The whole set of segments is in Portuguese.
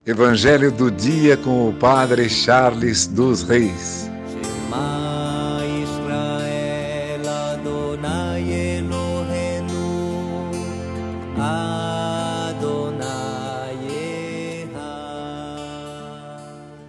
Evangelho do dia com o Padre Charles dos Reis. Shema Israel Adonai Eloheinu Adonai Echad.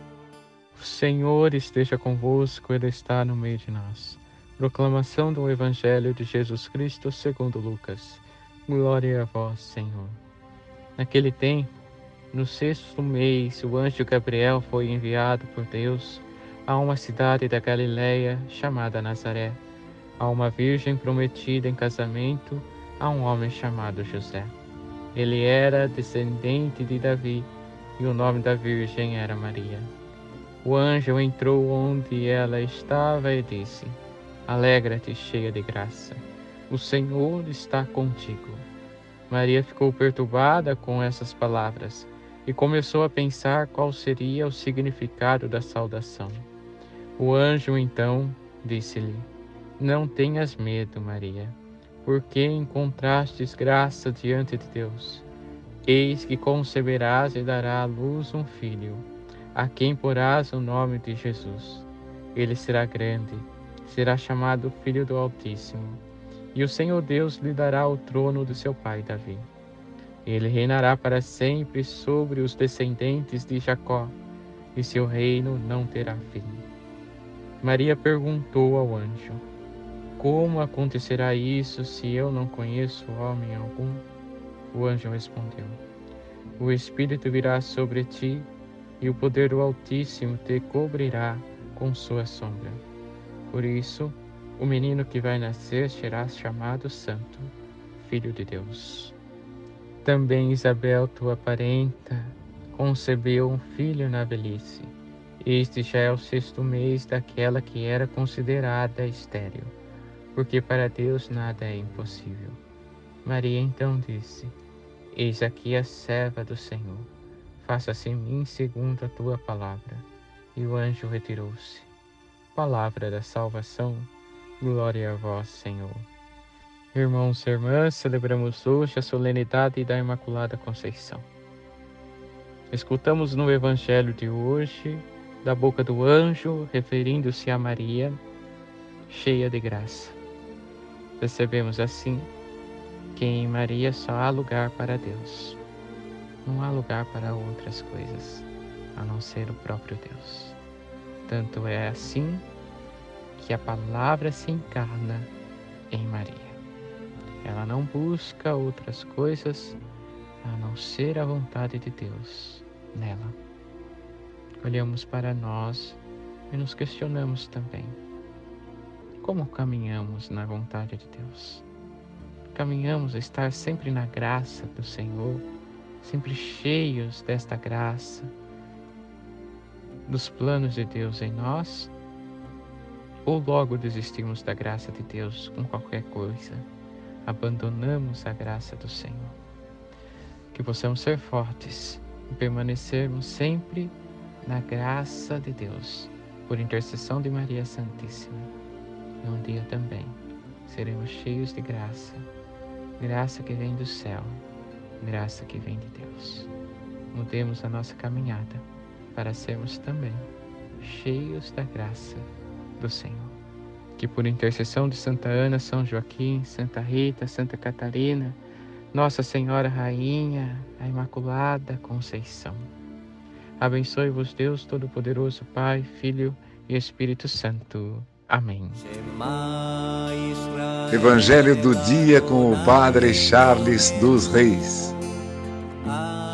O Senhor esteja convosco, Ele está no meio de nós. Proclamação do Evangelho de Jesus Cristo segundo Lucas. Glória a vós, Senhor. Naquele tempo, no 6º mês, o anjo Gabriel foi enviado por Deus a uma cidade da Galileia chamada Nazaré, a uma virgem prometida em casamento a um homem chamado José. Ele era descendente de Davi e o nome da virgem era Maria. O anjo entrou onde ela estava e disse: Alegra-te, cheia de graça, o Senhor está contigo. Maria ficou perturbada com essas palavras e começou a pensar qual seria o significado da saudação. O anjo então disse-lhe: Não tenhas medo, Maria, porque encontrastes graça diante de Deus. Eis que conceberás e darás à luz um filho, a quem porás o nome de Jesus. Ele será grande, será chamado Filho do Altíssimo, e o Senhor Deus lhe dará o trono de seu pai Davi. Ele reinará para sempre sobre os descendentes de Jacó, e seu reino não terá fim. Maria perguntou ao anjo: Como acontecerá isso se eu não conheço homem algum? O anjo respondeu: O Espírito virá sobre ti, e o poder do Altíssimo te cobrirá com sua sombra. Por isso, o menino que vai nascer será chamado Santo, Filho de Deus. Também Isabel, tua parenta, concebeu um filho na velhice. Este já é o 6º mês daquela que era considerada estéril, porque para Deus nada é impossível. Maria então disse: Eis aqui a serva do Senhor, faça-se em mim segundo a tua palavra. E o anjo retirou-se. Palavra da salvação, glória a vós, Senhor. Irmãos e irmãs, celebramos hoje a solenidade da Imaculada Conceição. Escutamos no Evangelho de hoje, da boca do anjo, referindo-se a Maria, cheia de graça. Percebemos assim que em Maria só há lugar para Deus. Não há lugar para outras coisas, a não ser o próprio Deus. Tanto é assim que a palavra se encarna em Maria. Ela não busca outras coisas a não ser a vontade de Deus nela. Olhamos para nós e nos questionamos também: como caminhamos na vontade de Deus? Caminhamos a estar sempre na graça do Senhor, sempre cheios desta graça, dos planos de Deus em nós? Ou logo desistimos da graça de Deus com qualquer coisa? Abandonamos a graça do Senhor? Que possamos ser fortes e permanecermos sempre na graça de Deus, por intercessão de Maria Santíssima. E um dia também seremos cheios de graça, graça que vem do céu, graça que vem de Deus. Mudemos a nossa caminhada para sermos também cheios da graça do Senhor. Que por intercessão de Santa Ana, São Joaquim, Santa Rita, Santa Catarina, Nossa Senhora Rainha, a Imaculada Conceição, abençoe-vos Deus Todo-Poderoso, Pai, Filho e Espírito Santo. Amém. Shema Israel Evangelho do dia com o Padre Charles dos Reis. Adonai